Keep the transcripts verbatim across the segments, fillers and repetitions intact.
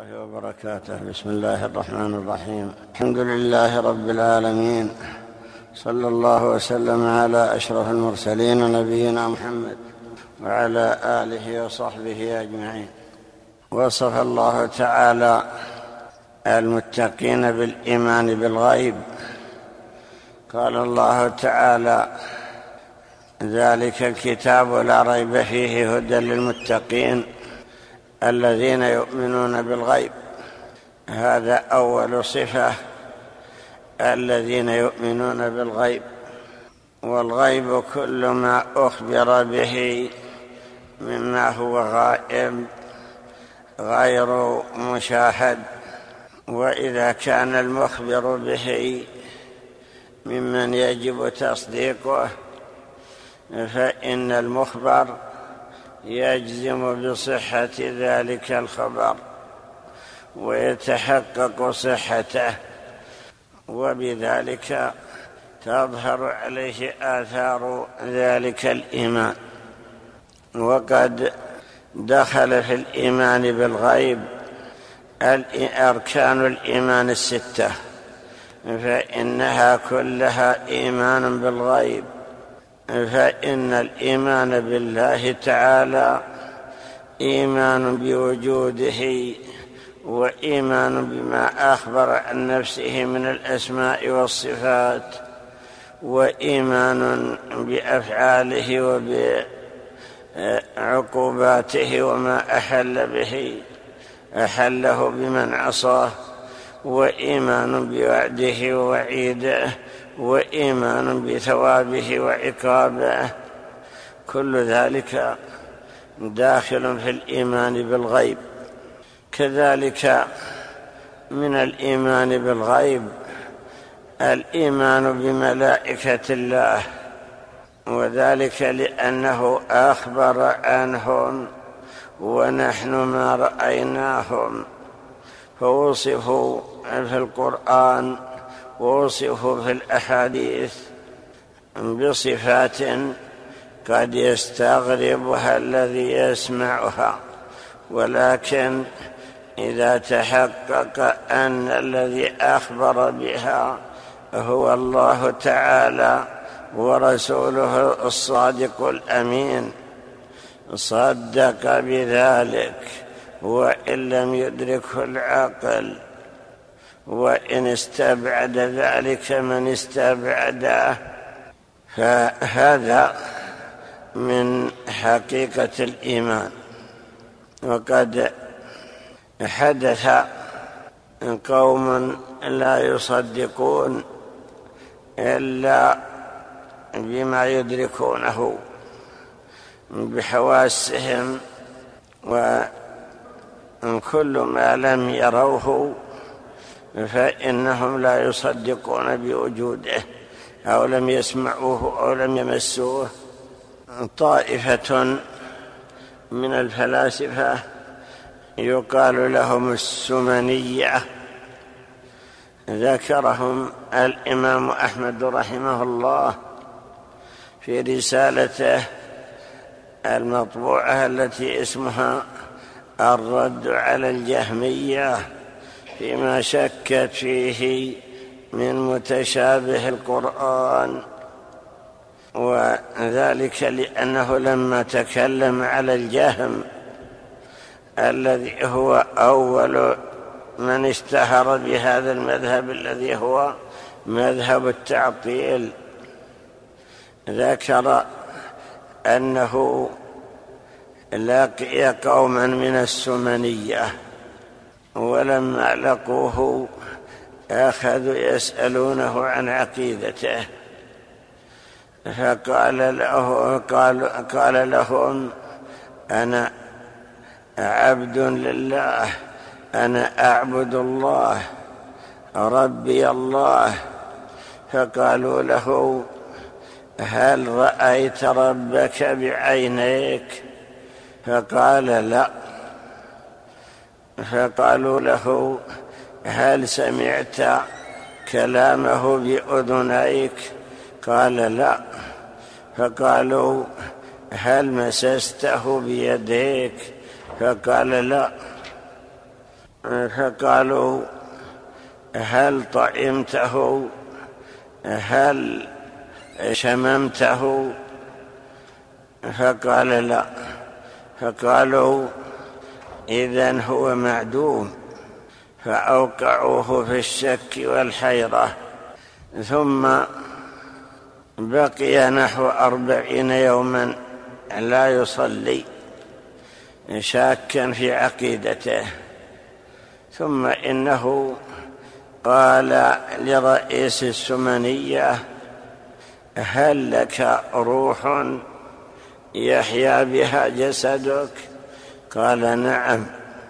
الله وبركاته. بسم الله الرحمن الرحيم. الحمد لله رب العالمين، صلى الله وسلم على أشرف المرسلين نبينا محمد وعلى آله وصحبه أجمعين. وصف الله تعالى المتقين بالإيمان بالغيب. قال الله تعالى: ذلك الكتاب لا ريب فيه هدى للمتقين الذين يؤمنون بالغيب. هذا أول صفة، الذين يؤمنون بالغيب. والغيب كل ما أخبر به مما هو غائب غير مشاهد. وإذا كان المخبر به ممن يجب تصديقه فإن المخبر يجزم بصحة ذلك الخبر ويتحقق صحته، وبذلك تظهر عليه آثار ذلك الإيمان. وقد دخل في الإيمان بالغيب أركان الإيمان الستة، فإنها كلها إيمان بالغيب. فإن الإيمان بالله تعالى إيمان بوجوده، وإيمان بما أخبر عن نفسه من الأسماء والصفات، وإيمان بأفعاله وبعقوباته وما أحل به أحله بمن عصاه، وإيمان بوعده ووعيده، وإيمان بثوابه وعقابه. كل ذلك داخل في الإيمان بالغيب. كذلك من الإيمان بالغيب الإيمان بملائكة الله، وذلك لأنه أخبر عنهم ونحن ما رأيناهم، فوصفوا في القرآن ووصفوا في الأحاديث بصفات قد يستغربها الذي يسمعها، ولكن إذا تحقق أن الذي أخبر بها هو الله تعالى ورسوله الصادق الأمين صدق بذلك، وإن لم يدركه العقل، وإن استبعد ذلك من استبعده. فهذا من حقيقة الإيمان. وقد حدث قوم لا يصدقون إلا بما يدركونه بحواسهم، وكل ما لم يروه فإنهم لا يصدقون بوجوده، أو لم يسمعوه أو لم يمسوه. طائفة من الفلاسفة يقال لهم السمنية، ذكرهم الإمام أحمد رحمه الله في رسالته المطبوعة التي اسمها الرد على الجهمية فيما شكت فيه من متشابه القرآن. وذلك لأنه لما تكلم على الجهم الذي هو أول من اشتهر بهذا المذهب الذي هو مذهب التعطيل، ذكر أنه لقي قوما من السمنية، ولما لقوه أخذوا يسألونه عن عقيدته، فقال له قال, قال لهم: أنا عبد لله، أنا أعبد الله، ربي الله. فقالوا له: هل رأيت ربك بعينيك؟ فقال: لا. فقالوا له: هل سمعت كلامه بأذنيك؟ قال: لا. فقالوا: هل مسسته بيديك؟ فقال: لا. فقالوا هل طعمته هل شممته؟ فقال لا. فقالوا إذن هو معدوم، فأوقعوه في الشك والحيرة. ثم بقي نحو أربعين يوما لا يصلي شاكا في عقيدته. ثم إنه قال لرئيس السمنية هل لك روح يحيا بها جسدك؟ قال نعم.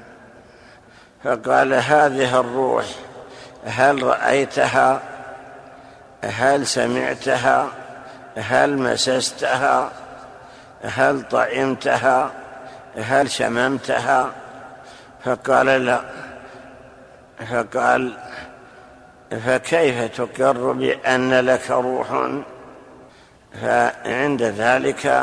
فقال هذه الروح هل رأيتها؟ هل سمعتها؟ هل مسستها؟ هل طعمتها؟ هل شممتها؟ فقال لا. فقال فكيف تقر بأن لك روح؟ فعند ذلك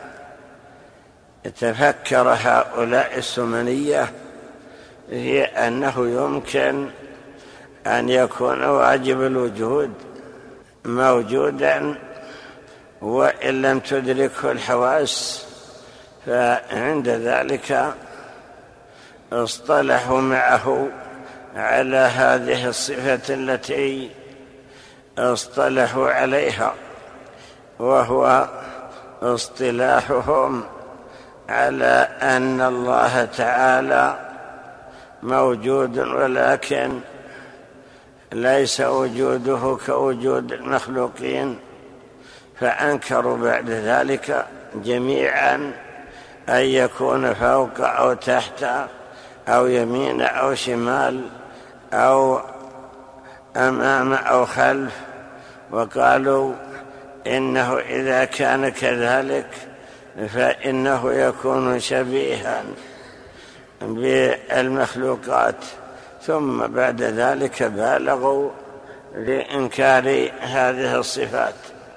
تفكر هؤلاء السمنية في أنه يمكن أن يكون واجب الوجود موجودا وإن لم تدركه الحواس. فعند ذلك اصطلحوا معه على هذه الصفة التي اصطلحوا عليها، وهو اصطلاحهم على أن الله تعالى موجود ولكن ليس وجوده كوجود المخلوقين. فأنكروا بعد ذلك جميعا أن يكون فوق أو تحت أو يمين أو شمال أو أمام أو خلف، وقالوا إنه إذا كان كذلك فإنه يكون شبيها بالمخلوقات. ثم بعد ذلك بالغوا لإنكار هذه الصفات.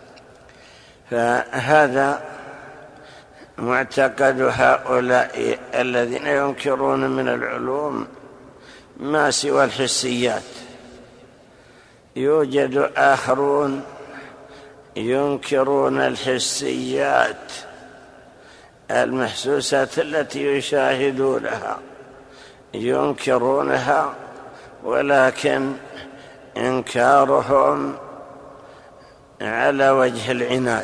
فهذا معتقد هؤلاء الذين ينكرون من العلوم ما سوى الحسيات. يوجد آخرون ينكرون الحسيات المحسوسات التي يشاهدونها، ينكرونها، ولكن إنكارهم على وجه العناد،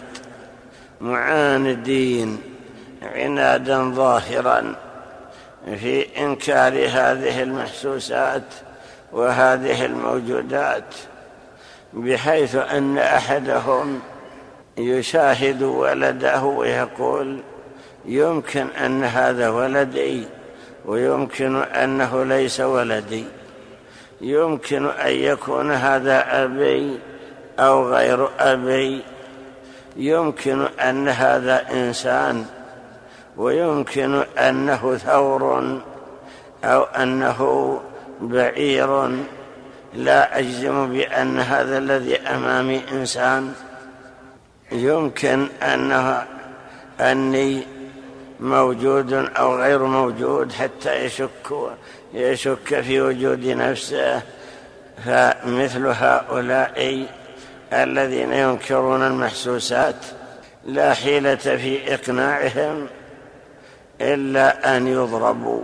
معاندين عنادا ظاهرا في إنكار هذه المحسوسات وهذه الموجودات، بحيث أن أحدهم يشاهد ولده ويقول يمكن أن هذا ولدي ويمكن أنه ليس ولدي، يمكن أن يكون هذا أبي أو غير أبي، يمكن أن هذا إنسان، ويمكن أنه ثور أو أنه بعير، لا أجزم بأن هذا الذي أمامي إنسان، يمكن أنه أني موجود أو غير موجود، حتى يشك يشك في وجود نفسه. فمثل هؤلاء الذين ينكرون المحسوسات لا حيلة في إقناعهم إلا أن يضربوا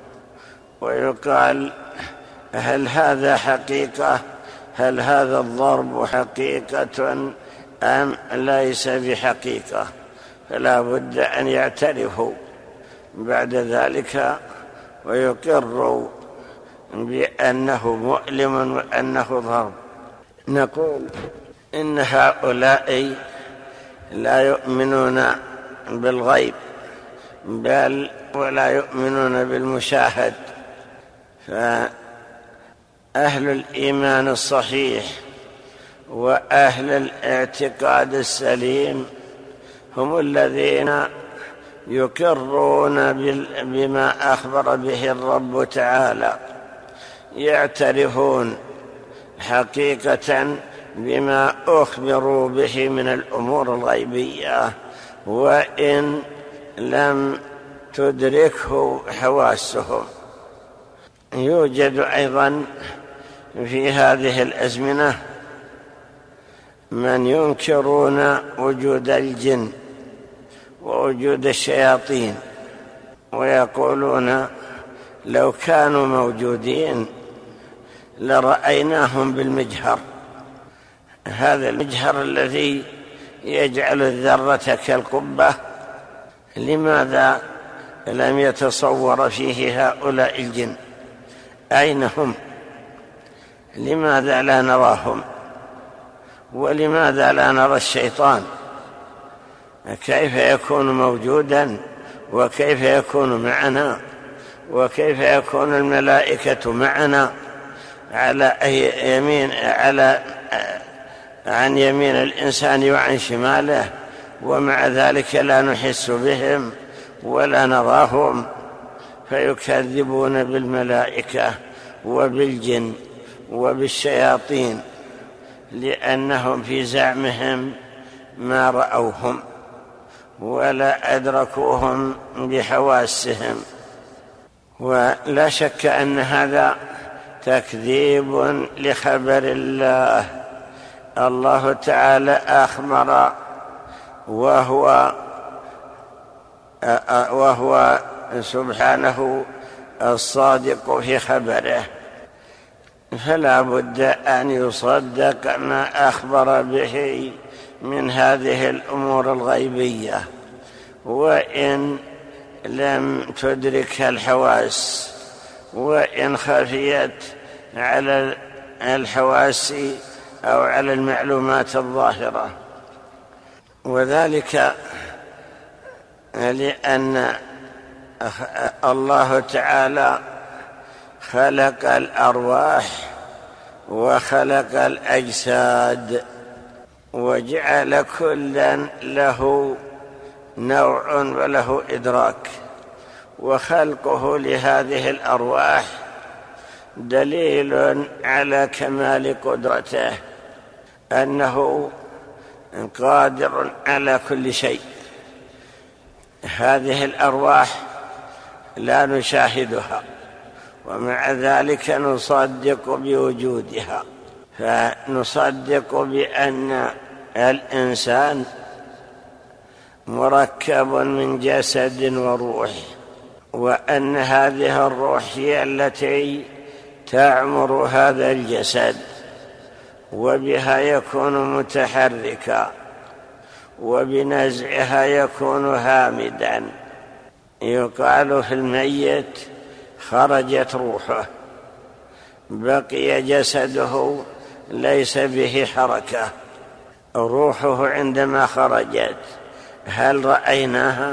ويقال هل هذا حقيقة؟ هل هذا الضرب حقيقة أم ليس بحقيقة؟ فلا بد أن يعترفوا بعد ذلك ويقروا بأنه مؤلم وأنه ضرب. نقول إن هؤلاء لا يؤمنون بالغيب، بل ولا يؤمنون بالمشاهد. فأهل الإيمان الصحيح وأهل الاعتقاد السليم هم الذين يقرون بما أخبر به الرب تعالى، يعترفون حقيقة بما أخبروا به من الأمور الغيبية وإن لم تدركه حواسهم. يوجد أيضا في هذه الأزمنة من ينكرون وجود الجن ووجود الشياطين، ويقولون لو كانوا موجودين لرأيناهم بالمجهر، هذا المجهر الذي يجعل الذرة كالقبة، لماذا لم يتصور فيه هؤلاء الجن؟ أين هم؟ لماذا لا نراهم؟ ولماذا لا نرى الشيطان؟ كيف يكون موجودا وكيف يكون معنا وكيف يكون الملائكة معنا على يمين على عن يمين الإنسان وعن شماله، ومع ذلك لا نحس بهم ولا نراهم؟ فيكذبون بالملائكة وبالجن وبالشياطين لأنهم في زعمهم ما رأوهم ولا أدركوهم بحواسهم. ولا شك أن هذا تكذيب لخبر الله. الله تعالى أخبر وهو وهو سبحانه الصادق في خبره، فلا بد أن يصدق ما أخبر به من هذه الأمور الغيبية، وإن لم تدركها الحواس، وإن خفيت على الحواس أو على المعلومات الظاهرة. وذلك لأن الله تعالى خلق الأرواح وخلق الأجساد، وجعل كلا له نوع وله إدراك، وخلقه لهذه الأرواح دليل على كمال قدرته، أنه قادر على كل شيء. هذه الأرواح لا نشاهدها، ومع ذلك نصدق بوجودها، فنصدق بأن الإنسان مركب من جسد وروح، وأن هذه الروح هي التي تعمر هذا الجسد، وبها يكون متحركا، وبنزعها يكون هامدا. يقال في الميت خرجت روحه، بقي جسده ليس به حركة. روحه عندما خرجت هل رأيناها؟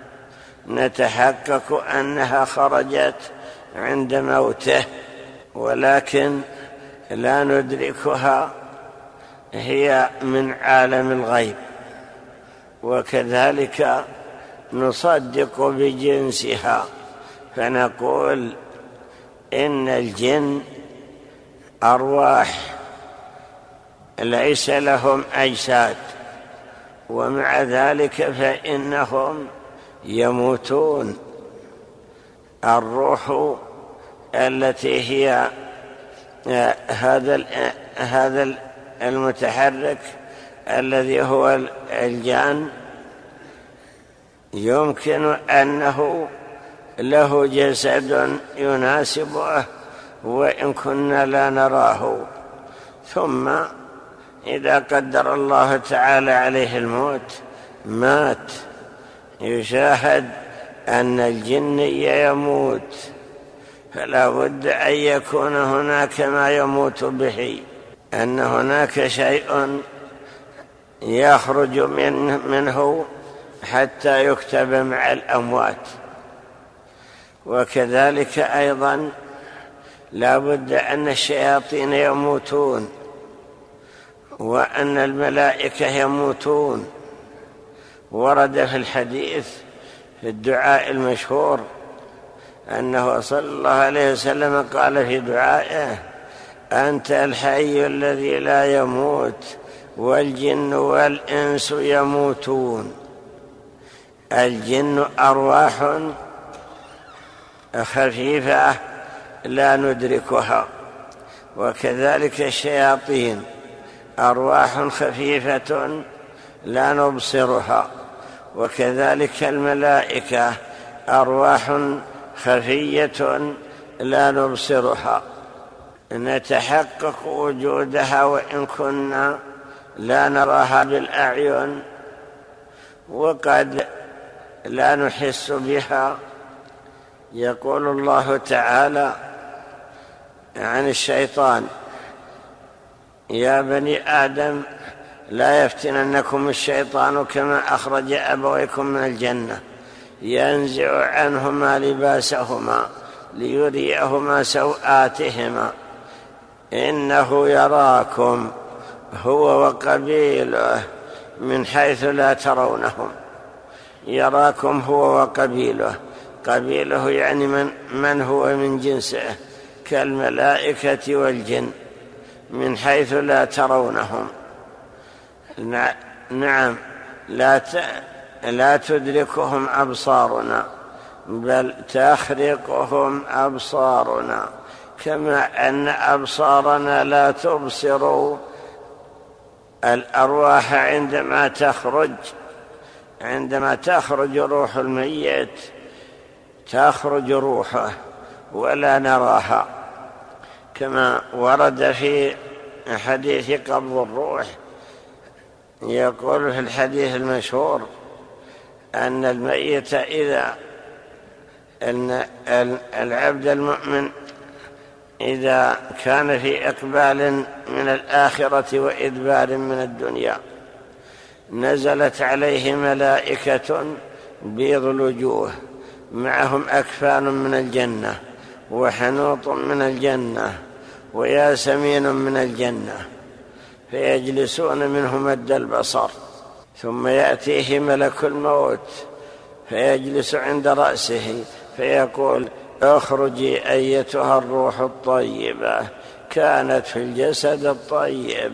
نتحقق أنها خرجت عند موته، ولكن لا ندركها، هي من عالم الغيب. وكذلك نصدق بجنسها، فنقول إن الجن أرواح ليس لهم أجساد، ومع ذلك فإنهم يموتون. الروح التي هي هذا هذا المتحرك الذي هو الجان يمكن أنه له جسد يناسبه وإن كنا لا نراه، ثم إذا قدر الله تعالى عليه الموت مات. يشاهد أن الجني يموت، فلا بد أن يكون هناك ما يموت به، أن هناك شيء يخرج من منه حتى يكتب مع الأموات. وكذلك أيضا لا بد أن الشياطين يموتون، وأن الملائكة يموتون. ورد في الحديث في الدعاء المشهور أنه صلى الله عليه وسلم قال في دعائه: أنت الحي الذي لا يموت والجن والإنس يموتون. الجن أرواح خفيفة لا ندركها. وكذلك الشياطين أرواح خفيفة لا نبصرها، وكذلك الملائكة أرواح خفية لا نبصرها، نتحقق وجودها وإن كنا لا نراها بالأعين، وقد لا نحس بها. يقول الله تعالى عن الشيطان: يا بني آدم لا يفتننكم الشيطان كما أخرج أبويكم من الجنة ينزع عنهما لباسهما ليريهما سوآتهما إنه يراكم هو وقبيله من حيث لا ترونهم. يراكم هو وقبيله، قبيله يعني من, من هو من جنسه كالملائكة والجن، من حيث لا ترونهم. نعم، لا لا تدركهم أبصارنا بل تخرقهم أبصارنا، كما أن أبصارنا لا تبصر الأرواح عندما تخرج عندما تخرج روح الميت تخرج روحه ولا نراها، كما ورد في حديث قبض الروح. يقول في الحديث المشهور أن الميت إذا أن العبد المؤمن إذا كان في إقبال من الآخرة وإدبار من الدنيا نزلت عليه ملائكة بيض الوجوه معهم أكفان من الجنة وحنوط من الجنة وياسمين من الجنة، فيجلسون منه مد البصر، ثم يأتيه ملك الموت فيجلس عند رأسه فيقول: اخرجي أيتها الروح الطيبة كانت في الجسد الطيب،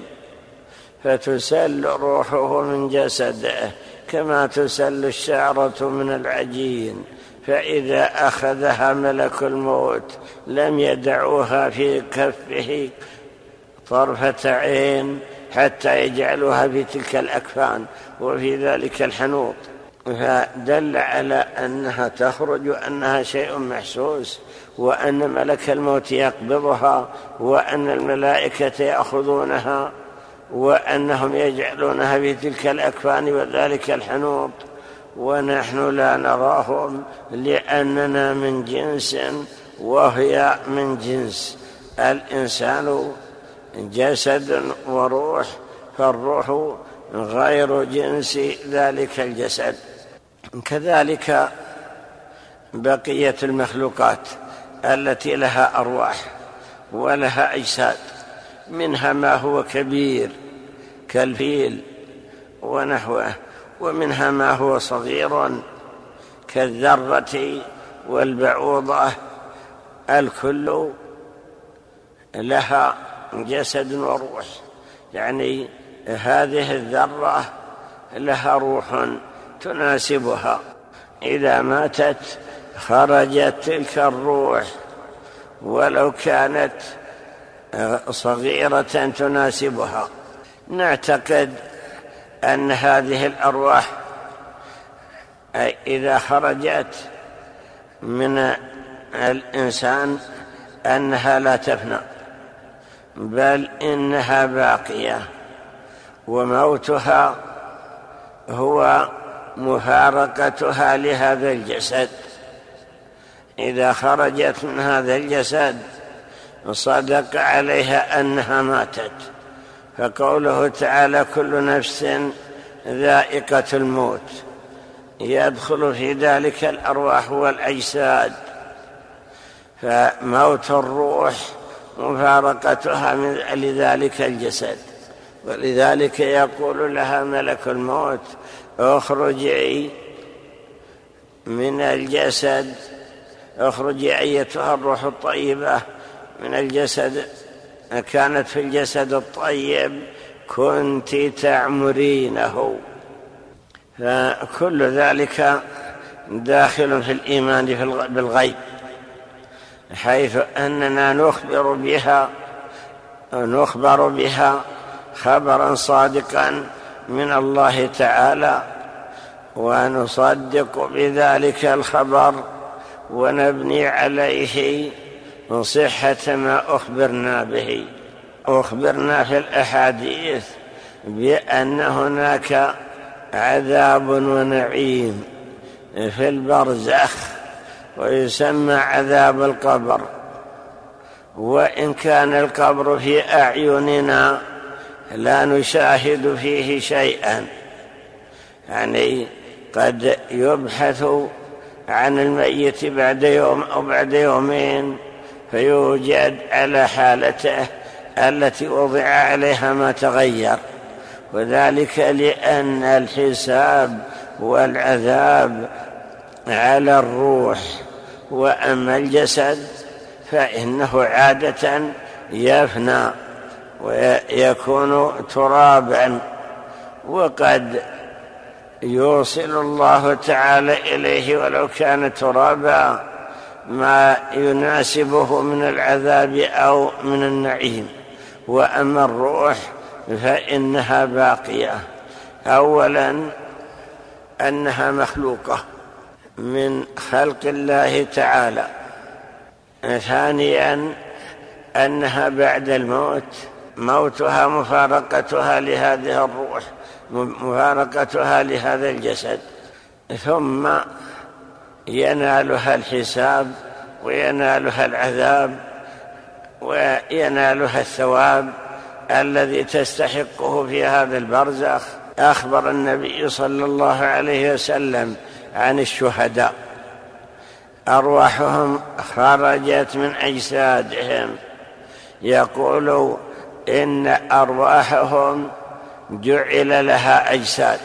فتسل روحه من جسده كما تسل الشعرة من العجين، فإذا أخذها ملك الموت لم يدعوها في كفه طرفة عين حتى يجعلوها في تلك الأكفان وفي ذلك الحنوط، فدل على أنها تخرج وأنها شيء محسوس، وأن ملك الموت يقبضها، وأن الملائكة يأخذونها، وأنهم يجعلونها في تلك الأكفان وذلك الحنوط، ونحن لا نراهم لأننا من جنس وهي من جنس. الإنسان جسد وروح، فالروح غير جنس ذلك الجسد. كذلك بقية المخلوقات التي لها أرواح ولها أجساد، منها ما هو كبير كالفيل ونحوه، ومنها ما هو صغير كالذرة والبعوضة، الكل لها جسد وروح. يعني هذه الذرة لها روح تناسبها، إذا ماتت خرجت تلك الروح ولو كانت صغيرة تناسبها. نعتقد أن هذه الأرواح إذا خرجت من الإنسان أنها لا تفنى، بل إنها باقية، وموتها هو مفارقتها لهذا الجسد. إذا خرجت من هذا الجسد صدق عليها أنها ماتت، فقوله تعالى: كل نفس ذائقة الموت، يدخل في ذلك الأرواح والأجساد، فموت الروح مفارقتها لذلك الجسد، ولذلك يقول لها ملك الموت: اخرجي من الجسد، اخرجي أيتها الروح الطيبة من الجسد كانت في الجسد الطيب كنت تعمرينه. فكل ذلك داخل في الإيمان بالغيب، حيث أننا نخبر بها نخبر بها خبرا صادقا من الله تعالى، ونصدق بذلك الخبر ونبني عليه صحة ما أخبرنا به. أخبرنا في الأحاديث بأن هناك عذاب ونعيم في البرزخ ويسمى عذاب القبر، وإن كان القبر في أعيننا لا نشاهد فيه شيئا، يعني قد يبحث عن الميت بعد يوم أو بعد يومين فيوجد على حالته التي وضع عليها ما تغير، وذلك لأن الحساب والعذاب على الروح، وأما الجسد فإنه عادة يفنى ويكون ترابا، وقد يوصل الله تعالى إليه ولو كان ترابا ما يناسبه من العذاب أو من النعيم. وأما الروح فإنها باقية، أولا أنها مخلوقة من خلق الله تعالى، ثانيا أنها بعد الموت موتها مفارقتها لهذه الروح، مفارقتها لهذا الجسد، ثم ينالها الحساب وينالها العذاب وينالها الثواب الذي تستحقه في هذا البرزخ. أخبر النبي صلى الله عليه وسلم عن الشهداء أرواحهم خرجت من أجسادهم، يقول إن أرواحهم جعل لها أجساد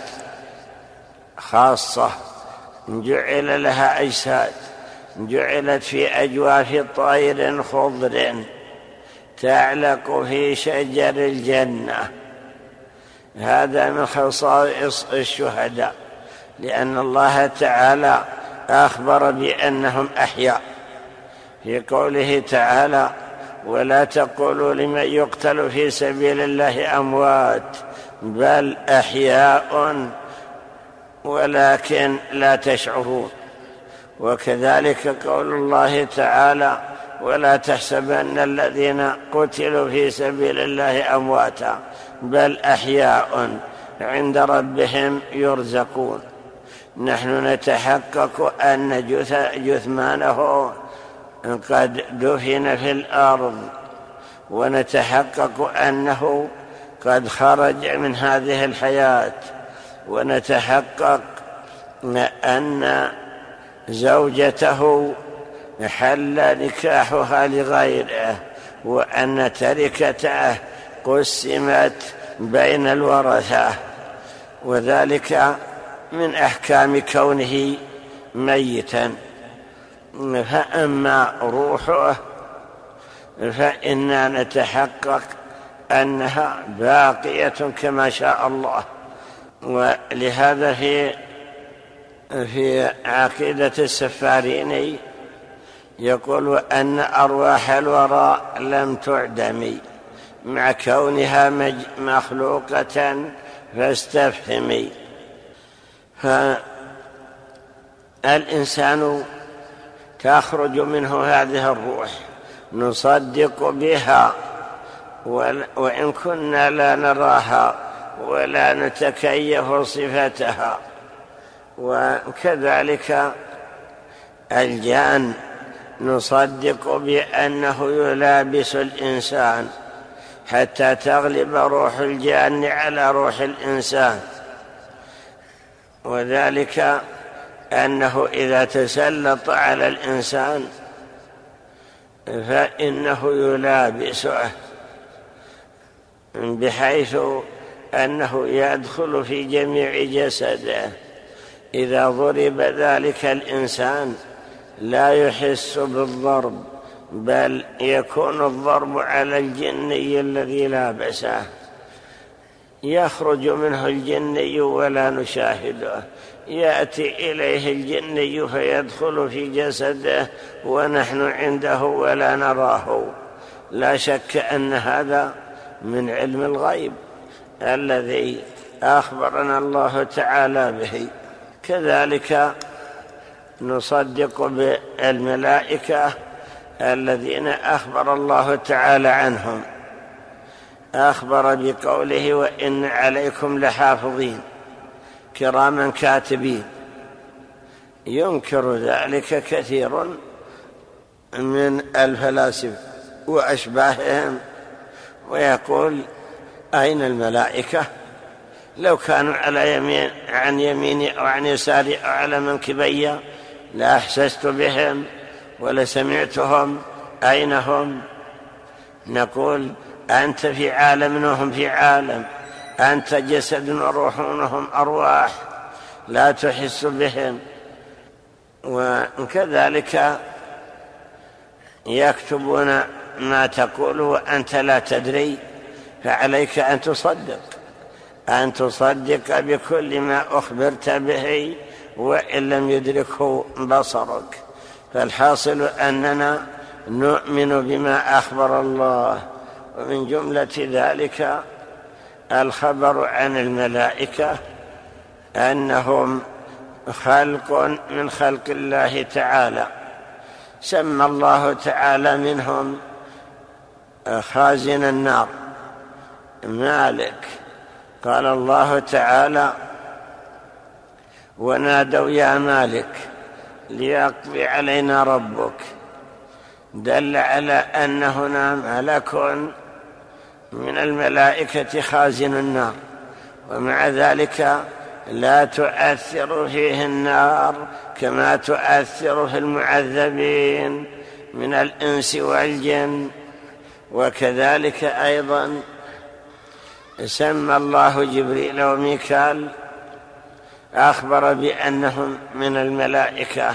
خاصة، جعل لها أجساد جعلت في أجواف طير خضر تعلق في شجر الجنة. هذا من خصائص الشهداء، لأن الله تعالى أخبر بأنهم أحياء في قوله تعالى: ولا تقولوا لمن يقتل في سبيل الله أموات بل أحياء ولكن لا تشعرون. وكذلك قول الله تعالى: ولا تحسبن الذين قتلوا في سبيل الله أمواتا بل أحياء عند ربهم يرزقون. نحن نتحقق أن جثمانه قد دفن في الأرض، ونتحقق أنه قد خرج من هذه الحياة، ونتحقق أن زوجته حل نكاحها لغيره، وأن تركته قسمت بين الورثة، وذلك من أحكام كونه ميتا. فأما روحه فإننا نتحقق أنها باقية كما شاء الله. ولهذا في في عقيدة السفاريني يقول أن أرواح الوراء لم تعدم مع كونها مخلوقة فاستفهمي. فالإنسان تخرج منه هذه الروح، نصدق بها وإن كنا لا نراها ولا نتكيف صفتها. وكذلك الجان نصدق بأنه يلابس الإنسان حتى تغلب روح الجان على روح الإنسان، وذلك أنه إذا تسلط على الإنسان فإنه يلابسه بحيث أنه يدخل في جميع جسده. إذا ضرب ذلك الإنسان لا يحس بالضرب، بل يكون الضرب على الجني الذي لابسه. يخرج منه الجني ولا نشاهده، يأتي إليه الجني فيدخل في جسده ونحن عنده ولا نراه. لا شك أن هذا من علم الغيب الذي أخبرنا الله تعالى به. كذلك نصدق بالملائكة الذين أخبر الله تعالى عنهم، أخبر بقوله: وإن عليكم لحافظين كراما كاتبين. ينكر ذلك كثير من الفلاسفة وأشباههم ويقول: أين الملائكة؟ لو كانوا على يمين عن يميني أو عن يساري أو على منكبي لأحسست بهم ولسمعتهم، أين هم؟ نقول: أنت في عالم وهم في عالم، أنت جسد وروح وهم أرواح، لا تحس بهم. وكذلك يكتبون ما تقول وأنت لا تدري، فعليك أن تصدق أن تصدق بكل ما أخبرت به وإن لم يدركه بصرك. فالحاصل أننا نؤمن بما أخبر الله، ومن جملة ذلك الخبر عن الملائكة أنهم خلق من خلق الله تعالى. سمى الله تعالى منهم خازن النار مالك. قال الله تعالى: ونادوا يا مالك ليقضي علينا ربك. دل على أن هنا ملك من الملائكة خازن النار، ومع ذلك لا تؤثر فيه النار كما تؤثر في المعذبين من الإنس والجن. وكذلك أيضا سمى الله جبريل وميكال، أخبر بأنهم من الملائكة،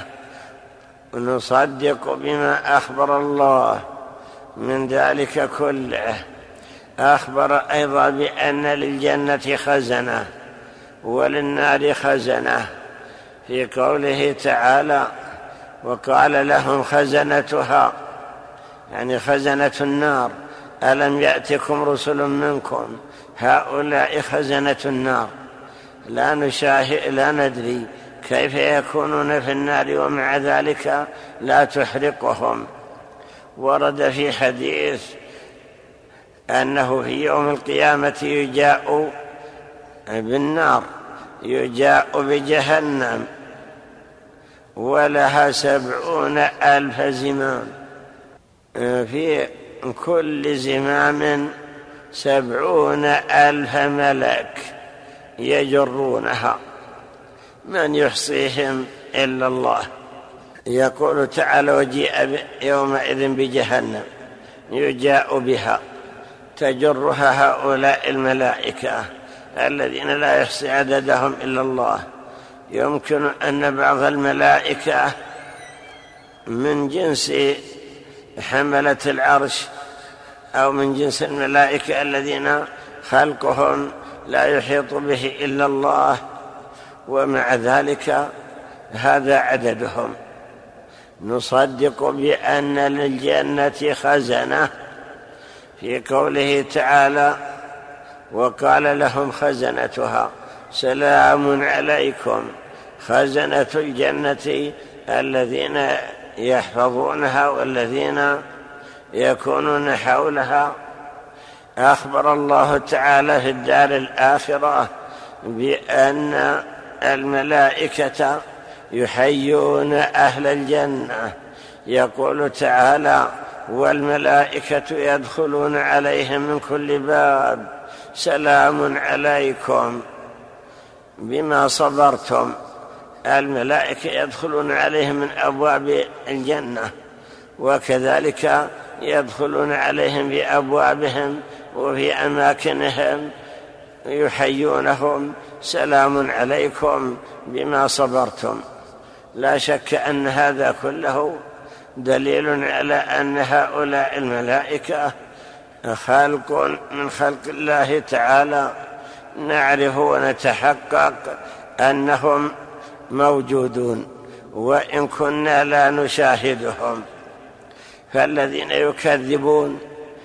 ونصدق بما أخبر الله من ذلك كله. أخبر أيضا بأن للجنة خزنة وللنار خزنة في قوله تعالى: وقال لهم خزنتها، يعني خزنة النار: ألم يأتكم رسل منكم؟ هؤلاء خزنة النار، لا نشاهد لا ندري كيف يكونون في النار ومع ذلك لا تحرقهم. ورد في حديث أنه في يوم القيامة يجاء بالنار، يجاء بجهنم ولها سبعون ألف زمام، في كل زمام سبعون ألف ملك يجرونها، من يحصيهم إلا الله. يقول تعالى: وجيء يومئذ بجهنم يجاء بها تجرها هؤلاء الملائكة الذين لا يحصي عددهم إلا الله. يمكن أن بعض الملائكة من جنس حملة العرش أو من جنس الملائكة الذين خلقهم لا يحيط به إلا الله، ومع ذلك هذا عددهم. نصدق بأن للجنة خزنة في قوله تعالى: وقال لهم خزنتها سلام عليكم. خزنة الجنة الذين يحفظونها والذين يكونون حولها. أخبر الله تعالى في الدار الآخرة بأن الملائكة يحيون أهل الجنة. يقول تعالى: والملائكة يدخلون عليهم من كل باب سلام عليكم بما صبرتم. الملائكة يدخلون عليهم من أبواب الجنة، وكذلك يدخلون عليهم بأبوابهم وفي أماكنهم يحيونهم سلام عليكم بما صبرتم. لا شك أن هذا كله دليل على أن هؤلاء الملائكة خلق من خلق الله تعالى، نعرف ونتحقق أنهم موجودون وإن كنا لا نشاهدهم. فالذين يكذبون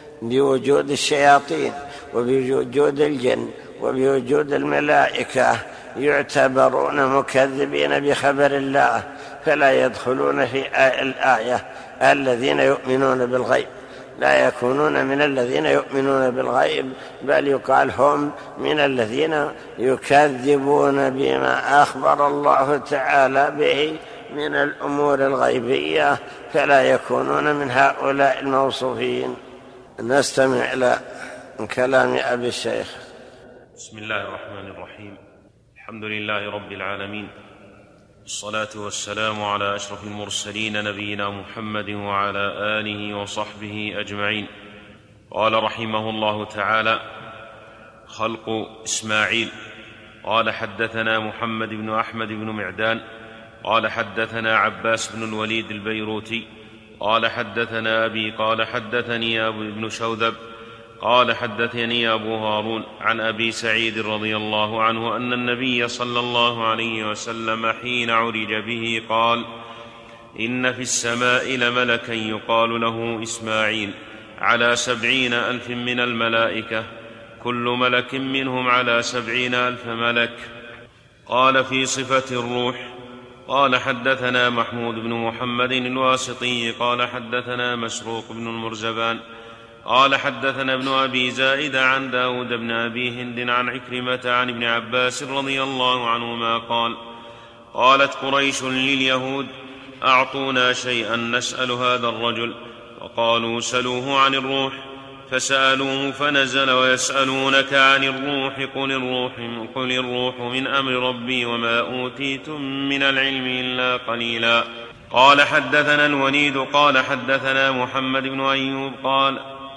بوجود الشياطين وبوجود الجن وبوجود الملائكة يعتبرون مكذبين بخبر الله، فلا يدخلون في الآية الذين يؤمنون بالغيب، لا يكونون من الذين يؤمنون بالغيب، بل يقال هم من الذين يكذبون بما أخبر الله تعالى به من الأمور الغيبية، فلا يكونون من هؤلاء الموصوفين. نستمع إلى كلام أبي الشيخ. بسم الله الرحمن الرحيم. الحمد لله رب العالمين، الصلاة والسلام على أشرف المرسلين نبينا محمد وعلى آله وصحبه أجمعين. قال رحمه الله تعالى: خلق إسماعيل. قال حدثنا محمد بن أحمد بن معدان قال حدثنا عباس بن الوليد البيروتي قال حدثنا أبي قال حدثني أبو بن شوذب قال حدثني أبو هارون عن أبي سعيد رضي الله عنه أن النبي صلى الله عليه وسلم حين عرج به قال: إن في السماء لملكا يقال له إسماعيل على سبعين ألف من الملائكة، كل ملك منهم على سبعين ألف ملك. قال في صفة الروح. قال حدثنا محمود بن محمد الواسطي قال حدثنا مسروق بن المرزبان قال حدثنا ابن أبي زائد عن داود بن أبي هند عن عكرمة عن ابن عباس رضي الله عنهما قال: قالت قريش لليهود: أعطونا شيئا نسأل هذا الرجل، وقالوا: سلوه عن الروح. فسألوه فنزل: ويسألونك عن الروح قل الروح, قل الروح من أمر ربي وما أوتيتم من العلم إلا قليلا. قال حدثنا الوليد قال حدثنا محمد بن أيوب قال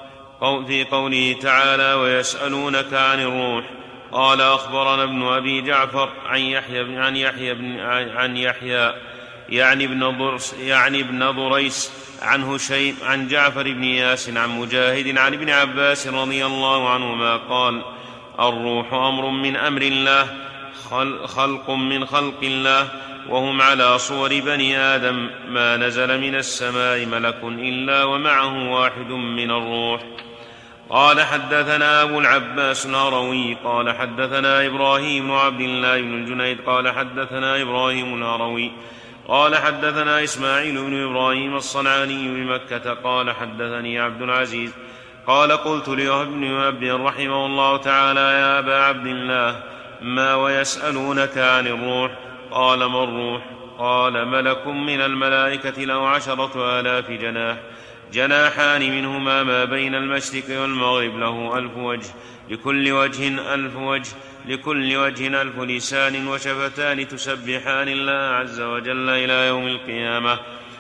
في قوله تعالى: ويسألونك عن الروح. قال أخبرنا ابن أبي جعفر عن يحيى عن يحيى بن عن يحيى يعني ابن ضرس يعني ابن ضريس عن هشيم عن جعفر بن ياس عن مجاهد عن ابن عباس رضي الله عنهما قال: الروح أمر من أمر الله، خلق من خلق الله، وهم على صور بني آدم، ما نزل من السماء ملك إلا ومعه واحد من الروح. قال حدثنا أبو العباس الهروي قال حدثنا إبراهيم بن عبد الله بن الجنيد قال حدثنا إبراهيم الهروي قال حدثنا إسماعيل بن إبراهيم الصنعاني بمكة قال حدثني عبد العزيز قال: قلت لابن أبي رحمه الله تعالى: يا أبا عبد الله، ما ويسألونك عن الروح؟ قال: ما الروح؟ قال: ملك من الملائكة له عشرة آلاف جناح، جناحان منهما ما بين المشرق والمغرب، له ألف وجه، لكل وجه ألف وجه، لكل وجه ألف لسان، وشفتان تسبحان الله عز وجل إلى يوم القيامة.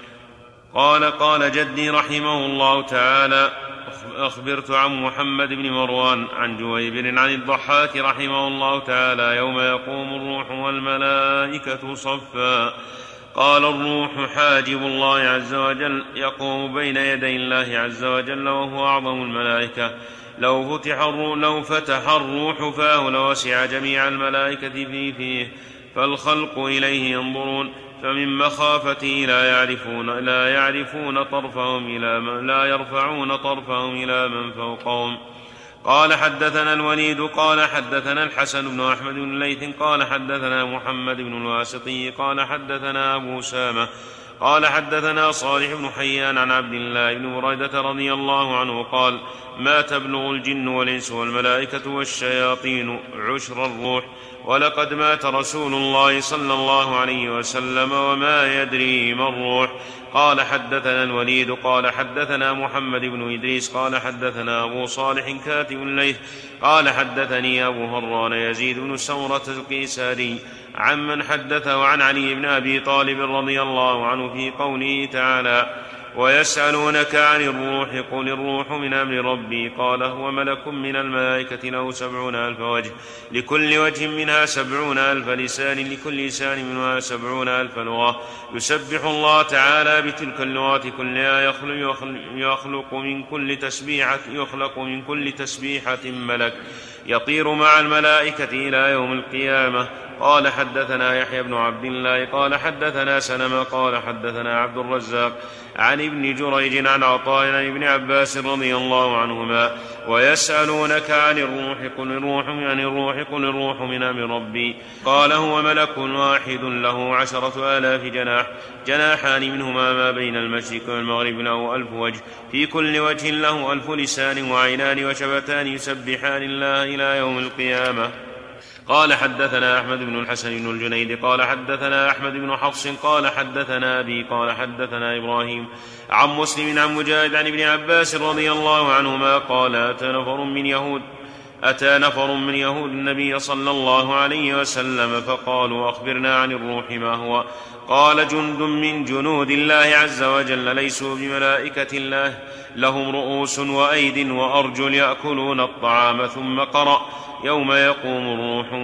قال قال جدي رحمه الله تعالى: أخبرت عن محمد بن مروان عن جويبر عن الضحاك رحمه الله تعالى: يوم يقوم الروح والملائكة صفا. قال: الروح حاجب الله عز وجل، يقوم بين يدي الله عز وجل وهو أعظم الملائكة. لو فتح الروح, لو فتح الروح فاه لوسع جميع الملائكة في فيه، فالخلق إليه ينظرون، فمن مخافته لا يعرفون لا يعرفون طرفهم إلى من لا يرفعون طرفهم إلى من فوقهم. قال حدثنا الوليد قال حدثنا الحسن بن أحمد بن ليث قال حدثنا محمد بن الواسطي قال حدثنا أبو سامة قال حدثنا صالح بن حيان عن عبد الله بن بريدة رضي الله عنه قال: ما تبلغ الجن والإنس والملائكة والشياطين عشر الروح، ولقد مات رسول الله صلى الله عليه وسلم وما يدري ما الروح. قال حدثنا الوليد قال حدثنا محمد بن إدريس قال حدثنا أبو صالح كاتب الليث قال حدثني أبو هران يزيد بن سورة القيساري عمن حدثه عن علي بن أبي طالب رضي الله عنه في قوله تعالى: ويسألونك عن الروح قل الروح من أمر ربي قال هو ملك من الملائكة له سبعون ألف وجه لكل وجه منها سبعون ألف لسان لكل لسان منها سبعون ألف لغة يسبح الله تعالى بتلك اللغات كلها يخلق, يخلق من كل تسبيحة يخلق من كل تسبيحة ملك يطير مع الملائكة إلى يوم القيامة. قال حدثنا يحيى بن عبد الله قال حدثنا سلمة قال حدثنا عبد الرزاق عن ابن جريج عن عطاء عن ابن عباس رضي الله عنهما ويسألونك عن الروح قل الروح من الروح قل الروح من أمر ربي قال هو ملك واحد له عشرة آلاف جناح جناحان منهما ما بين المشرق والمغرب له ألف وجه في كل وجه له ألف لسان وعينان وشفتان يسبحان الله إلى يوم القيامة. قال حدثنا أحمد بن الحسن بن الجنيد قال حدثنا أحمد بن حفص قال حدثنا أبي قال حدثنا إبراهيم عن مسلم عن مجاهد عن ابن عباس رضي الله عنهما قال أتى نفر من يهود أتى نفر من يهود النبي صلى الله عليه وسلم فقالوا أخبرنا عن الروح ما هو قال جند من جنود الله عز وجل ليسوا بملائكة الله لهم رؤوس وأيد وأرجل يأكلون الطعام ثم قرأ يوم يقوم الروح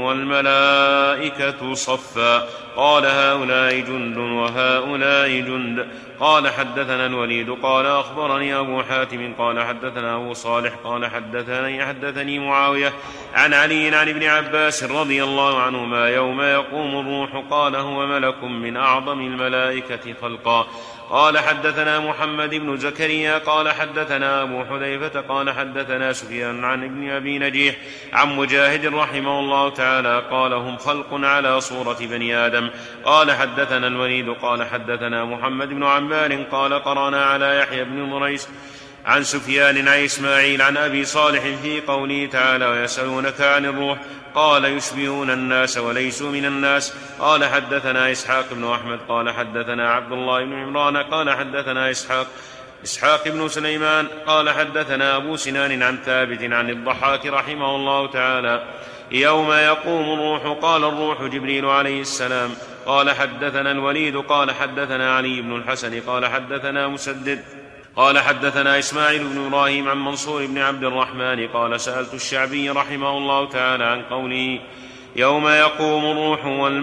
والملائكة صفا قال هؤلاء جند وهؤلاء جند. قال حدثنا الوليد قال أخبرني أبو حاتم قال حدثنا أبو صالح قال حدثني حدثني معاوية عن علي عن ابن عباس رضي الله عنهما يوم يقوم الروح قال هو ملك من أعظم الملائكة خلقا. قال حدثنا محمد بن زكريا قال حدثنا أبو حذيفة قال حدثنا سفيان عن ابن أبي نجيح عن مجاهد رحمه الله تعالى قال هم خلق على صورة بني آدم. قال حدثنا الوليد قال حدثنا محمد بن عمار قال قرأنا على يحيى بن مريس عن سفيان عن إسماعيل عن أبي صالح في قوله تعالى ويسألونك عن الروح قال يشبهون الناس وليسوا من الناس. قال حدثنا إسحاق بن أحمد قال حدثنا عبد الله بن عمران قال حدثنا إسحاق إسحاق بن سليمان قال حدثنا أبو سنان عن ثابت عن الضحاك رحمه الله تعالى يوم يقوم الروح قال الروح جبريل عليه السلام. قال حدثنا الوليد قال حدثنا علي بن الحسن قال حدثنا مسدد قال حدثنا إسماعيل بن إبراهيم عن منصور بن عبد الرحمن قال سألت الشعبي رحمه الله تعالى عن قوله يوم يقوم الروح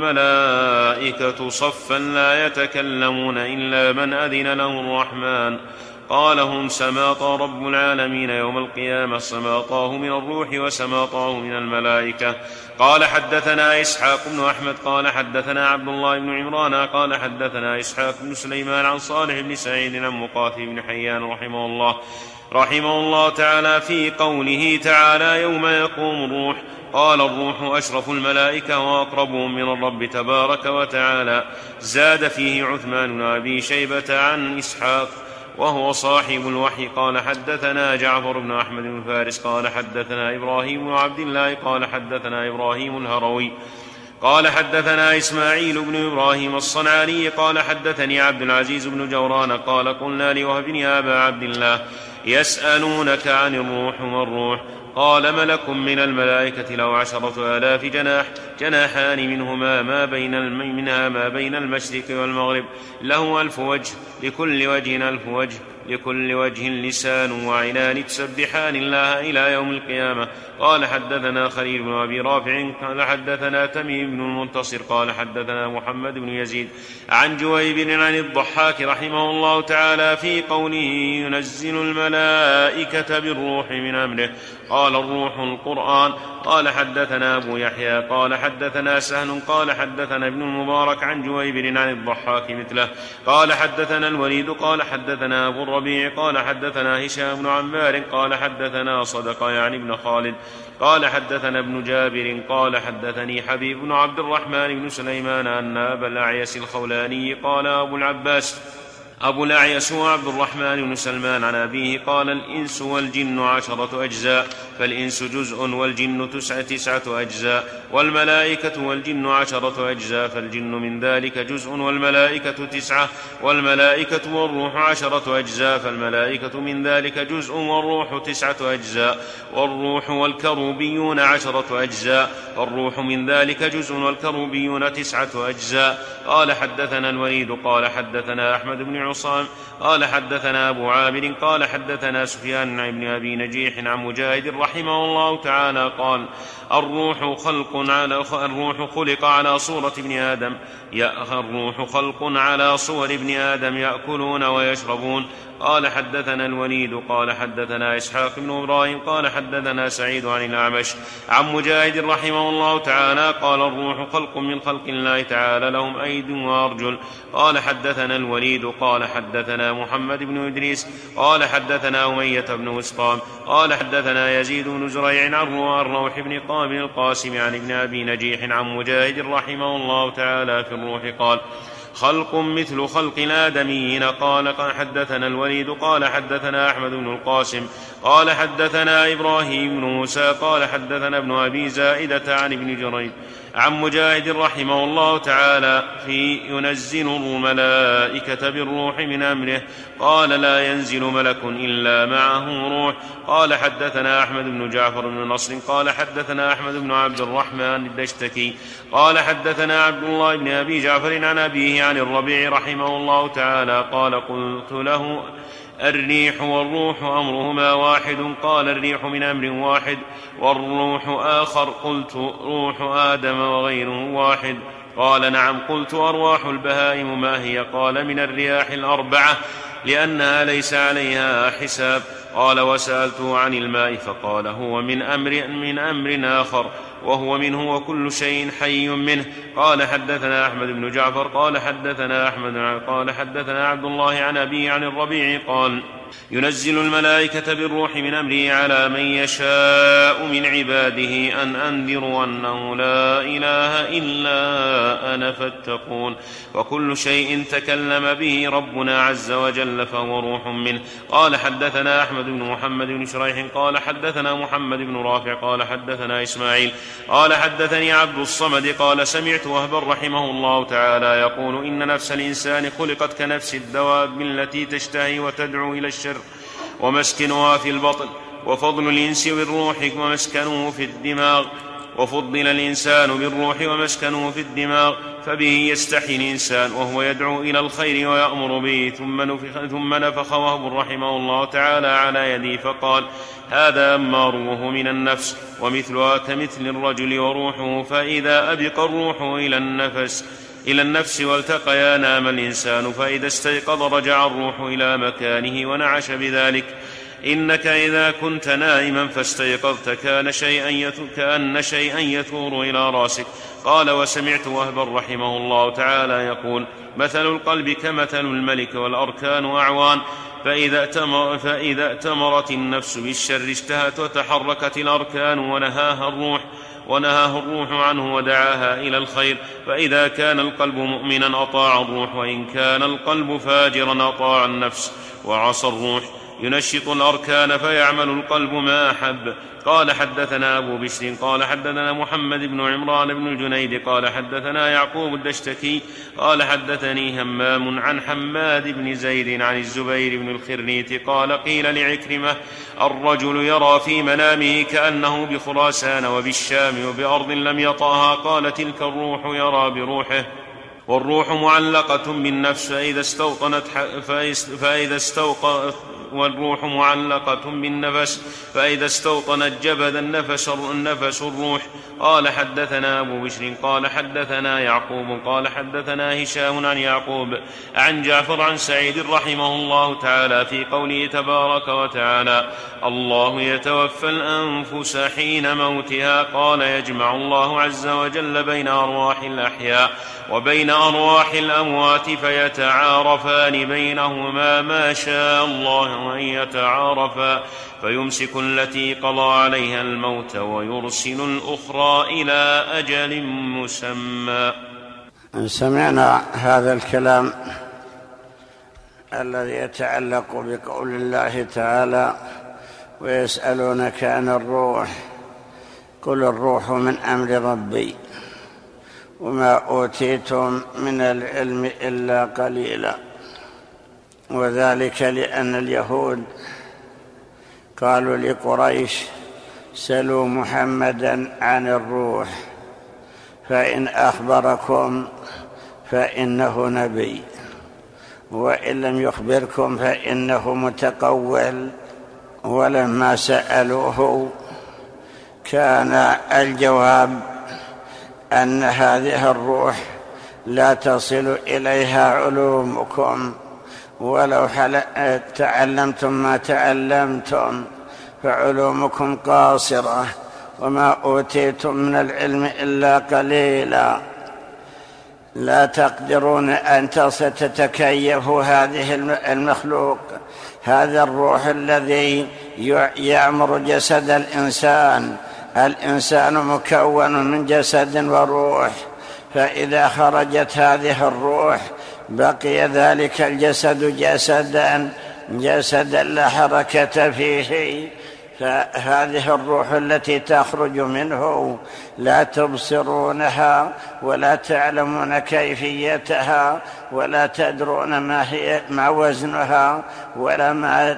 والملائكة صفا لا يتكلمون إلا من أذن له الرحمن قال هم سماطى رب العالمين يوم القيامة سماطاه من الروح وسماطاه من الملائكة. قال حدثنا إسحاق بن أحمد قال حدثنا عبد الله بن عمران قال حدثنا إسحاق بن سليمان عن صالح بن سعيد عن مقاتل بن حيان رحمه الله رحمه الله تعالى في قوله تعالى يوم يقوم الروح قال الروح أشرف الملائكة وأقربهم من الرب تبارك وتعالى. زاد فيه عثمان بن أبي شيبة عن إسحاق وهو صاحب الوحي قال حدثنا جعفر بن أحمد بن فارس قال حدثنا إبراهيم بن عبد الله قال حدثنا إبراهيم الهروي قال حدثنا إسماعيل بن إبراهيم الصنعاني قال حدثني عبد العزيز بن جوران قال قلنا لوهب بن أبا عبد الله يسألونك عن الروح والروح قال ملك من الملائكة له عشرة آلاف جناح جناحان منهما ما بين منها ما بين المشرق والمغرب له ألف وجه لكل وجه ألف وجه لكل وجه لسان وعينان تسبحان الله إلى يوم القيامة. قال حدثنا خليل بن أبي رافع قال حدثنا تميم بن المنتصر قال حدثنا محمد بن يزيد عن جويبر عن الضحاك رحمه الله تعالى في قوله ينزل الملائكة بالروح من أمره قال الروح القرآن. قال حدثنا أبو يحيى قال حدثنا سهل قال حدثنا ابن المبارك عن جويبر عن الضحاك مثله. قال حدثنا الوليد قال حدثنا أبو الربيع قال حدثنا هشام بن عمار قال حدثنا صدق يعني ابن خالد قال حدثنا ابن جابر قال حدثني حبيب بن عبد الرحمن بن سليمان أن أبا الأعيس الخولاني قال أبو العباس أبو الأعيس وعبد الرحمن بن سلمان عن أبيه قال الإنس والجن عشرة أجزاء فالإنس جزء والجن تسعة, تسعة أجزاء والملائكة والجن عشرة أجزاء فالجن من ذلك جزء والملائكة تسعة والملائكة والروح عشرة أجزاء فالملائكة من ذلك جزء والروح تسعة أجزاء والروح والكروبيون عشرة أجزاء والروح من ذلك جزء والكروبيون تسعة أجزاء. قال حدثنا الوليد قال حدثنا أحمد بن عصام قال حدثنا أبو عامر قال حدثنا سفيان عن ابن أبي نجيح عن مجاهد رحمه الله تعالى قال الروح خلق على الروح خلق على صورة ابن آدم الروح خلق على صور ابن آدم يأكلون ويشربون. قال حدثنا الوليد قال حدثنا إسحاق بن إبراهيم قال حدثنا سعيد عن الأعمش عن مجاهد رحمه الله تعالى قال الروح خلق من خلق الله تعالى لهم أيد وأرجل. قال حدثنا الوليد قال حدثنا محمد بن إدريس قال حدثنا أمية بن وسطام قال حدثنا يزيد بن زريع عن الروح بن قابل القاسم عن ابن أبي نجيح عن مجاهد رحمه الله تعالى في الروح قال خلق مثل خلق الآدميين. قال حدثنا الوليد قال حدثنا أحمد بن القاسم قال حدثنا إبراهيم بن موسى قال حدثنا ابن أبي زائدة عن ابن جريج عن مجاهد رحمه الله تعالى في ينزل الملائكة بالروح من أمره. قال لا ينزل ملك إلا معه روح. قال حدثنا أحمد بن جعفر بن نصر قال حدثنا أحمد بن عبد الرحمن الدشتكي قال حدثنا عبد الله بن أبي جعفر عن أبيه عن الربيع رحمه الله تعالى قال قلت له الريح والروح أمرهما واحد؟ قال الريح من أمر واحد والروح آخر. قلت روح آدم وغيره واحد؟ قال نعم. قلت أرواح البهائم ما هي؟ قال من الرياح الأربعة لأنها ليس عليها حساب. قال وسألته عن الماء فقال هو من أمر, من أمر آخر وهو منه وكل شيء حي منه. قال حدثنا أحمد بن جعفر قال حدثنا أحمد قال حدثنا عبد الله عن أبي عن الربيع قال ينزل الملائكة بالروح من أمره على من يشاء من عباده أن أنذروا أنه لا إله إلا أنا فاتقون. وكل شيء تكلم به ربنا عز وجل فهو روح منه. قال حدثنا أحمد بن محمد بن شريح قال حدثنا محمد بن رافع قال حدثنا إسماعيل قال حدثني عبد الصمد قال سمعت وهبا رحمه الله تعالى يقول إن نفس الإنسان خلقت كنفس الدواب التي تشتهي وتدعو إلى الشر ومسكنها في البطن. وفضل الإنس بالروح ومسكنه في الدماغ وفضل الإنسان بالروح ومسكنه في الدماغ فبه يستحي الإنسان وهو يدعو إلى الخير ويأمر به. ثم نفخ, ثم نفخ وهب رحمه الله تعالى على يدي فقال هذا أماره من النفس ومثلها كمثل الرجل وروحه. فإذا أبق الروح إلى النفس إلى النفس والتقيا نام الإنسان فإذا استيقظ رجع الروح إلى مكانه ونعش بذلك. إنك إذا كنت نائما فاستيقظت كان شيئا كأن شيئا يثور إلى راسك. قال وسمعت وهبا رحمه الله تعالى يقول مثل القلب كمثل الملك والأركان أعوان فإذا, اتمر فإذا اتمرت النفس بالشر اشتهت وتحركت الأركان ونهاها الروح ونهاه الروح عنه ودعاها إلى الخير. فإذا كان القلب مؤمنا أطاع الروح وإن كان القلب فاجرا أطاع النفس وعصى الروح. ينشط الأركان فيعمل القلب ما أحب. قال حدثنا أبو بشر قال حدثنا محمد بن عمران بن الجنيد قال حدثنا يعقوب الدشتكي قال حدثني همام عن حماد بن زيد عن الزبير بن الخرنيت قال قيل لعكرمة الرجل يرى في منامه كأنه بخراسان وبالشام وبأرض لم يطاها. قال تلك الروح يرى بروحه والروح معلقة بالنفس فإذا استوطنت فإذا استوقنت والروح معلقة بالنفس فإذا استوطنت جبد النفس, النفس الروح. قال حدثنا أبو بشر قال حدثنا يعقوب قال حدثنا هشام عن يعقوب عن جعفر عن سعيد رحمه الله تعالى في قوله تبارك وتعالى الله يتوفى الأنفس حين موتها. قال يجمع الله عز وجل بين أرواح الأحياء وبين أرواح الأموات فيتعارفان بينهما ما شاء الله أن يتعارفا فيمسك التي قضى عليها الموت ويرسل الأخرى إلى أجل مسمى. سمعنا هذا الكلام الذي يتعلق بقول الله تعالى ويسألونك عن الروح قل الروح من أمر ربي وما أوتيتم من العلم إلا قليلا. وذلك لأن اليهود قالوا لقريش سلوا محمدا عن الروح فإن أخبركم فإنه نبي وإن لم يخبركم فإنه متقول. ولما سألوه كان الجواب أن هذه الروح لا تصل إليها علومكم، ولو تعلمتم ما تعلمتم فعلومكم قاصرة، وما أوتيتم من العلم إلا قليلا، لا تقدرون أن تتكيفوا هذه المخلوق، هذا الروح الذي يعمر جسد الإنسان. الإنسان مكون من جسد وروح، فإذا خرجت هذه الروح بقي ذلك الجسد جسدا جسدا لا حركة فيه. فهذه الروح التي تخرج منه لا تبصرونها ولا تعلمون كيفيتها ولا تدرون ما هي ما وزنها ولا ما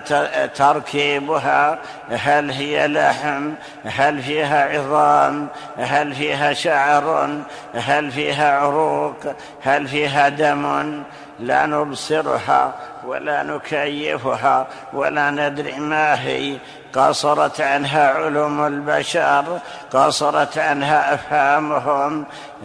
تركيبها، هل هي لحم، هل فيها عظام، هل فيها شعر، هل فيها عروق، هل فيها دم، لا نبصرها ولا نكيفها ولا ندري ما هي. قصرت عنها علوم البشر، قصرت عنها أفهامهم،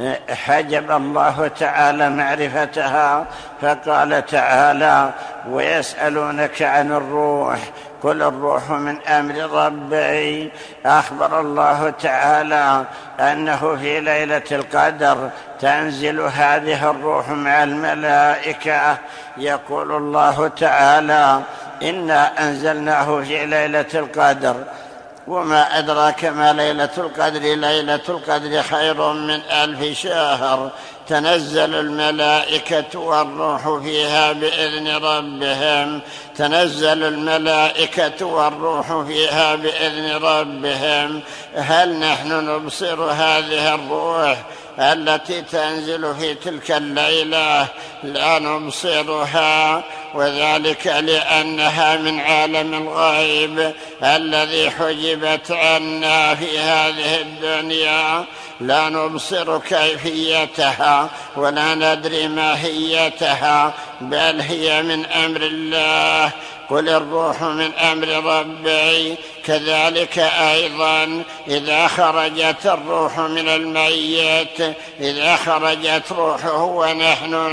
حجب الله تعالى معرفتها. فقال تعالى: ويسألونك عن الروح قل الروح من أمر ربي. أخبر الله تعالى أنه في ليلة القدر تنزل هذه الروح مع الملائكة. يقول الله تعالى: إنا أنزلناه في ليلة القدر وما أدراك ما ليلة القدر، ليلة القدر خير من ألف شهر، تنزل الملائكة والروح فيها بإذن ربهم تنزل الملائكة والروح فيها بإذن ربهم. هل نحن نبصر هذه الروح التي تنزل في تلك الليلة؟ لا نبصرها، وذلك لأنها من عالم الغيب الذي حجبت عنا في هذه الدنيا. لا نبصر كيفيتها ولا ندري ماهيتها، بل هي من أمر الله. قل الروح من أمر ربي. كذلك أيضا إذا خرجت الروح من الميت، إذا خرجت روحه ونحن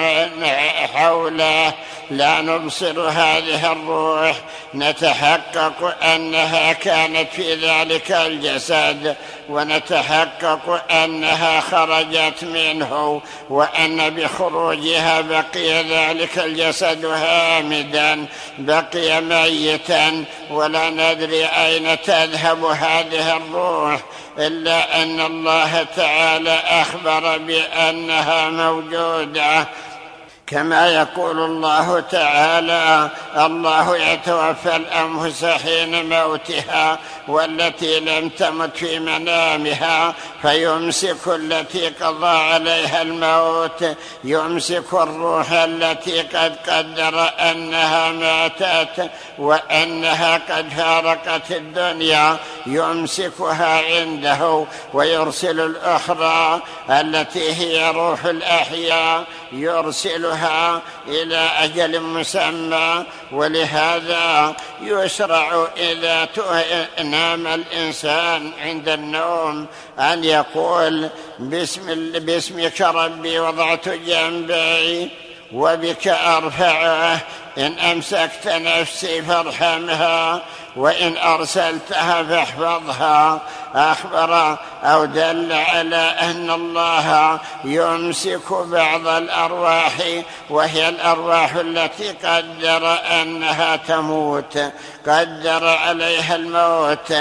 حوله لا نبصر هذه الروح، نتحقق أنها كانت في ذلك الجسد، ونتحقق أنها خرجت منه، وأن بخروجها بقي ذلك الجسد هامدا، بقي ميتا، ولا ندري أين تذهب هذه الروح، إلا أن الله تعالى أخبر بأنها موجودة. كما يقول الله تعالى: الله يتوفى الأنفس حين موتها والتي لم تمت في منامها فيمسك التي قضى عليها الموت، يمسك الروح التي قد قدر أنها ماتت وأنها قد فارقت الدنيا، يمسكها عنده، ويرسل الأخرى التي هي روح الأحياء يرسلها إلى أجل مسمى. ولهذا يشرع إذا نام الإنسان عند النوم أن يقول: بسم باسمك ربي وضعت جنبي وبك أرفعه، إن أمسكت نفسي فارحمها وإن أرسلتها فاحفظها. أخبر أو دل على أن الله يمسك بعض الأرواح، وهي الأرواح التي قدر أنها تموت، قدر عليها الموت،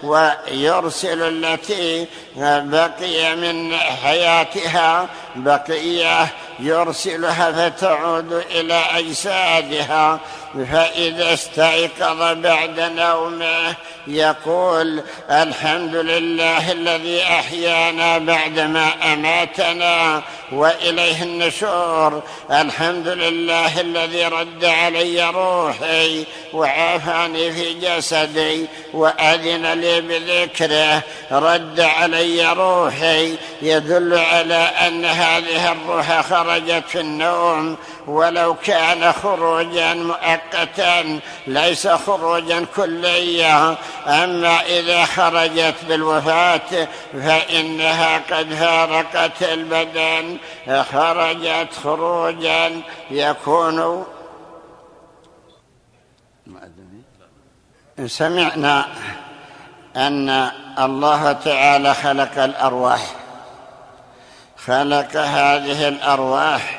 ويرسل التي بقي من حياتها بقية يرسلها فتعود إلى أجسادها. فإذا استيقظ بعد نومه يقول: الحمد لله الذي أحيانا بعدما أماتنا، وإليه النشور. الحمد لله الذي رد علي روحي وعافاني في جسدي وأذن لي بذكره. رد علي روحي يدل على أن هذه الروح خرجت في النوم، ولو كان خروجا مؤقتا ليس خروجا كليا. أما إذا خرجت بالوفاة فإنها قد فارقت البدن، خرجت خروجا يكون. سمعنا أن الله تعالى خلق الأرواح، خلق هذه الأرواح،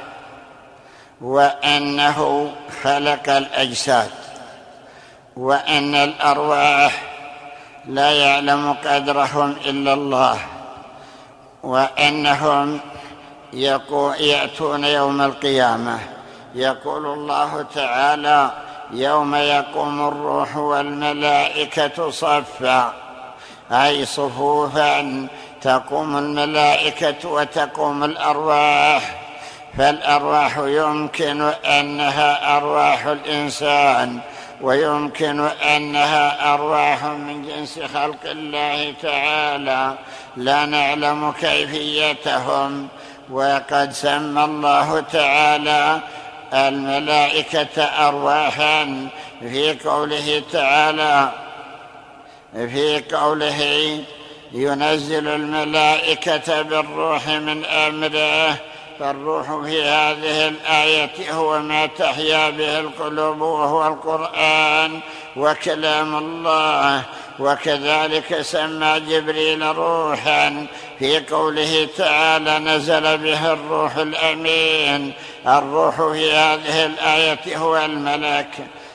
وأنه خلق الأجساد، وأن الأرواح لا يعلم قدرهم إلا الله، وأنهم يأتون يوم القيامة. يقول الله تعالى: يوم يقوم الروح والملائكة صفا، أي صفوفا، تقوم الملائكة وتقوم الأرواح. فالأرواح يمكن أنها أرواح الإنسان، ويمكن أنها أرواح من جنس خلق الله تعالى لا نعلم كيفيتهم. وقد سمى الله تعالى الملائكة أرواحا في قوله تعالى في قوله ينزل الملائكة بالروح من أمره. فالروح في هذه الآية هو ما تحيا به القلوب، وهو القرآن وكلام الله. وكذلك سمى جبريل روحا في قوله تعالى: نزل به الروح الأمين. الروح في هذه الآية هو الملك.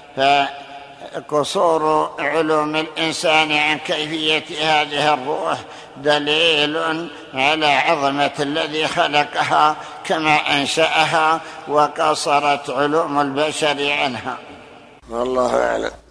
فقصور علوم الإنسان عن كيفية هذه الروح دليل على عظمة الذي خلقها كما أنشأها، وقصرت علوم البشر عنها. والله أعلم.